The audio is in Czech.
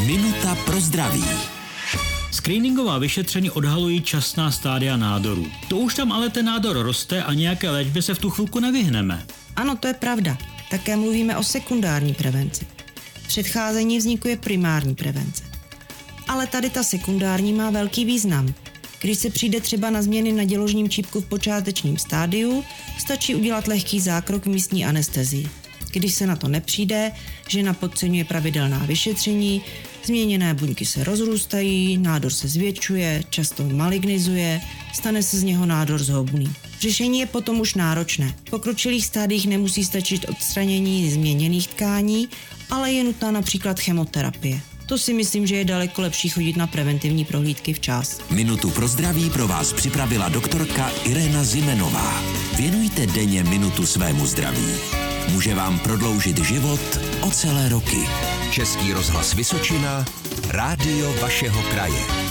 Minuta pro zdraví. Screeningová vyšetření odhalují časná stádia nádoru. To už tam ale ten nádor roste a nějaké léčbě se v tu chvilku nevyhneme. Ano, to je pravda. Také mluvíme o sekundární prevenci. Předcházení vzniku je primární prevence. Ale tady ta sekundární má velký význam. Když se přijde třeba na změny na děložním čípku v počátečním stádiu, stačí udělat lehký zákrok v místní anestezii. Když se na to nepřijde, žena podceňuje pravidelná vyšetření, změněné buňky se rozrůstají, nádor se zvětšuje, často malignizuje, stane se z něho nádor zhoubný. Řešení je potom už náročné. V pokročilých stádiích nemusí stačit odstranění změněných tkání, ale je nutná například chemoterapie. To si myslím, že je daleko lepší chodit na preventivní prohlídky včas. Minutu pro zdraví pro vás připravila doktorka Irena Zimenová. Věnujte denně minutu svému zdraví. Může vám prodloužit život o celé roky. Český rozhlas Vysočina, rádio vašeho kraje.